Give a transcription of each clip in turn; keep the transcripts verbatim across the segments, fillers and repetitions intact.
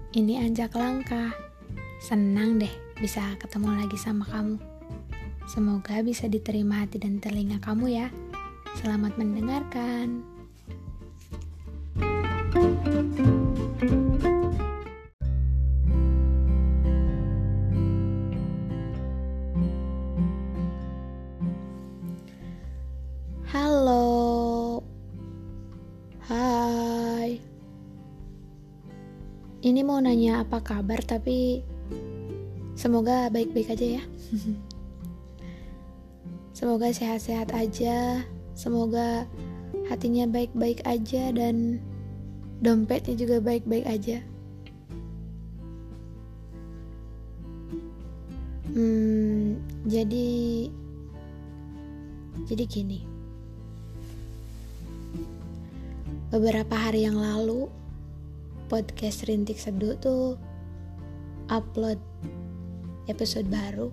Ini Anjak Langkah. Senang deh bisa ketemu lagi sama kamu. Semoga bisa diterima hati dan telinga kamu ya. Selamat mendengarkan. Halo. Hai. Ini mau nanya apa kabar, tapi semoga baik-baik aja ya. Semoga sehat-sehat aja, semoga hatinya baik-baik aja dan dompetnya juga baik-baik aja. Hmm, jadi jadi gini. Beberapa hari yang lalu podcast Rintik Seduh tuh upload episode baru.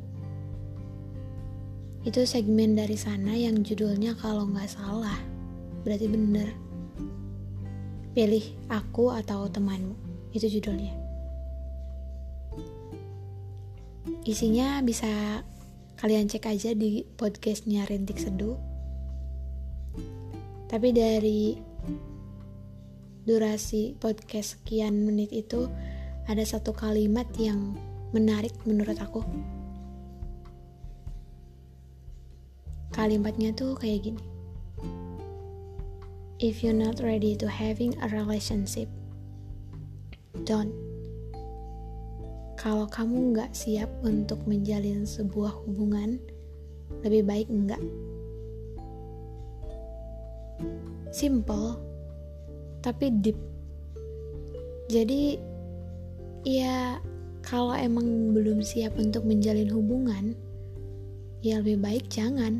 Itu segmen dari sana yang judulnya kalau nggak salah berarti bener, pilih aku atau temanmu. Itu judulnya. Isinya bisa kalian cek aja di podcastnya Rintik Seduh. Tapi dari durasi podcast sekian menit itu ada satu kalimat yang menarik menurut aku. Kalimatnya tuh kayak gini. If you're not ready to having a relationship, don't. Kalau kamu gak siap untuk menjalin sebuah hubungan, lebih baik enggak. Simple, tapi deep. Jadi ya kalau emang belum siap untuk menjalin hubungan, ya lebih baik jangan.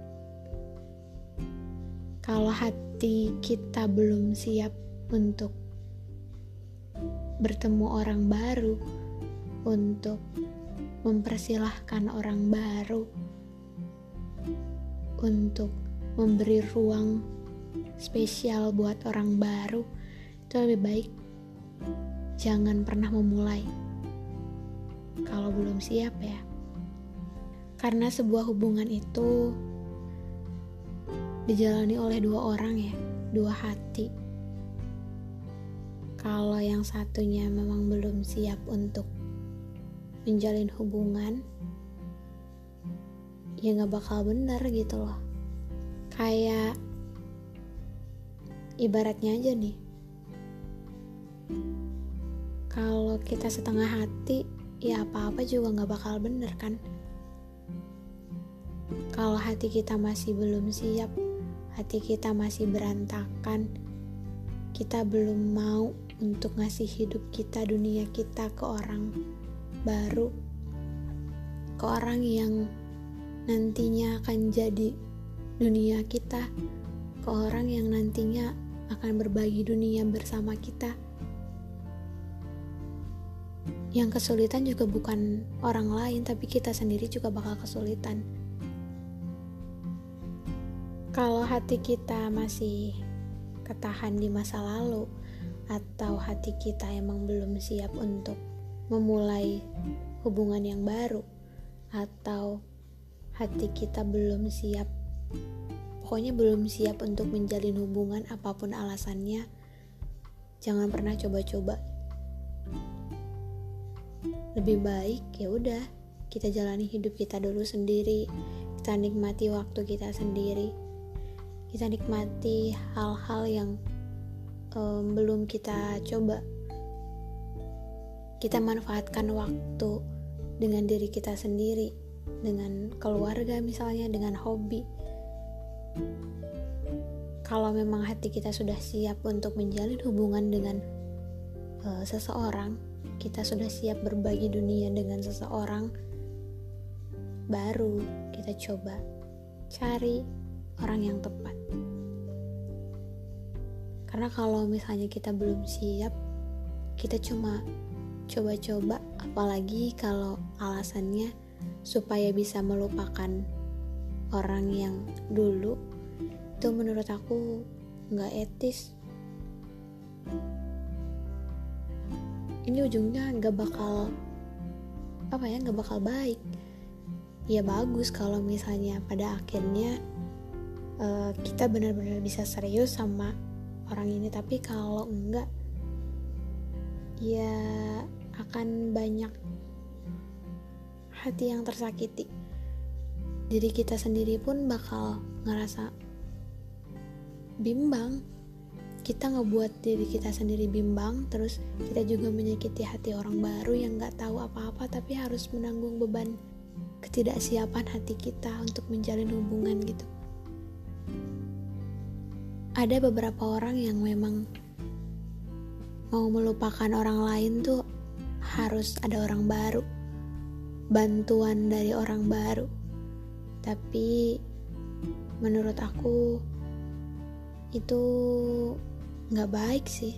Kalau hati kita belum siap untuk bertemu orang baru, untuk mempersilahkan orang baru, untuk memberi ruang spesial buat orang baru, itu lebih baik jangan pernah memulai kalau belum siap ya. Karena sebuah hubungan itu dijalani oleh dua orang ya, dua hati. Kalau yang satunya memang belum siap untuk menjalin hubungan, ya gak bakal bener gitu loh. Kayak ibaratnya aja nih, kalau kita setengah hati, ya apa-apa juga gak bakal bener kan. Kalau hati kita masih belum siap, hati kita masih berantakan, kita belum mau untuk ngasih hidup kita, dunia kita ke orang baru, ke orang yang nantinya akan jadi dunia kita, ke orang yang nantinya akan berbagi dunia bersama kita. Yang kesulitan juga bukan orang lain, tapi kita sendiri juga bakal kesulitan. Kalau hati kita masih ketahan di masa lalu, atau hati kita emang belum siap untuk memulai hubungan yang baru, atau hati kita belum siap, pokoknya belum siap untuk menjalin hubungan apapun alasannya, jangan pernah coba-coba. Lebih baik ya udah kita jalani hidup kita dulu sendiri, kita nikmati waktu kita sendiri, kita nikmati hal-hal yang um, belum kita coba. Kita manfaatkan waktu dengan diri kita sendiri, dengan keluarga misalnya, dengan hobi. Kalau memang hati kita sudah siap untuk menjalin hubungan dengan uh, seseorang, kita sudah siap berbagi dunia dengan seseorang, baru kita coba cari orang yang tepat. Karena kalau misalnya kita belum siap, kita cuma coba-coba, apalagi kalau alasannya supaya bisa melupakan orang yang dulu, itu menurut aku gak etis. ini ujungnya gak bakal apa ya gak bakal baik. Ya bagus kalau misalnya pada akhirnya uh, kita benar-benar bisa serius sama orang ini, tapi kalau enggak ya akan banyak hati yang tersakiti. Diri kita sendiri pun bakal ngerasa bimbang. Kita ngebuat diri kita sendiri bimbang, terus kita juga menyakiti hati orang baru yang gak tahu apa-apa tapi harus menanggung beban ketidaksiapan hati kita untuk menjalin hubungan gitu. Ada beberapa orang yang memang mau melupakan orang lain tuh harus ada orang baru, bantuan dari orang baru. Tapi menurut aku itu gak baik sih.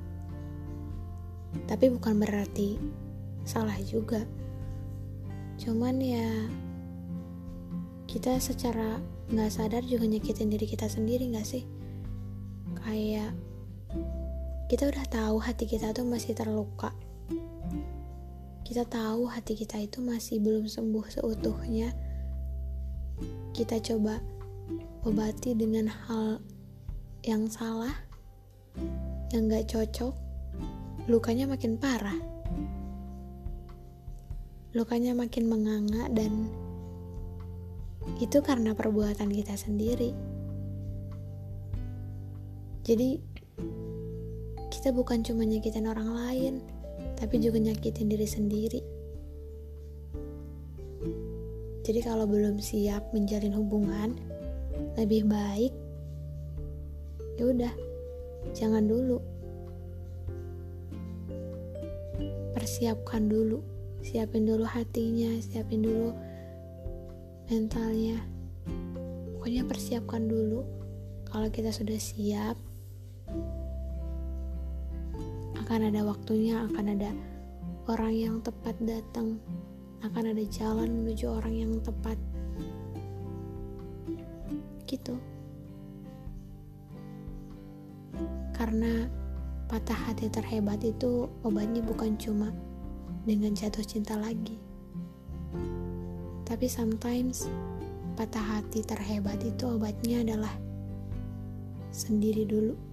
Tapi bukan berarti salah juga. Cuman ya kita secara gak sadar juga nyakitin diri kita sendiri gak sih? Kayak kita udah tahu hati kita tuh masih terluka. Kita tahu hati kita itu masih belum sembuh seutuhnya. Kita coba obati dengan hal yang salah, yang gak cocok, lukanya makin parah, lukanya makin menganga, dan itu karena perbuatan kita sendiri. Jadi kita bukan cuma nyakitin orang lain, tapi juga nyakitin diri sendiri. Jadi kalau belum siap menjalin hubungan, lebih baik ya udah, jangan dulu. Persiapkan dulu, siapin dulu hatinya, siapin dulu mentalnya. Pokoknya persiapkan dulu. Kalau kita sudah siap, akan ada waktunya, akan ada orang yang tepat datang, akan ada jalan menuju orang yang tepat. Gitu. Karena patah hati terhebat itu obatnya bukan cuma dengan jatuh cinta lagi. Tapi sometimes patah hati terhebat itu obatnya adalah sendiri dulu.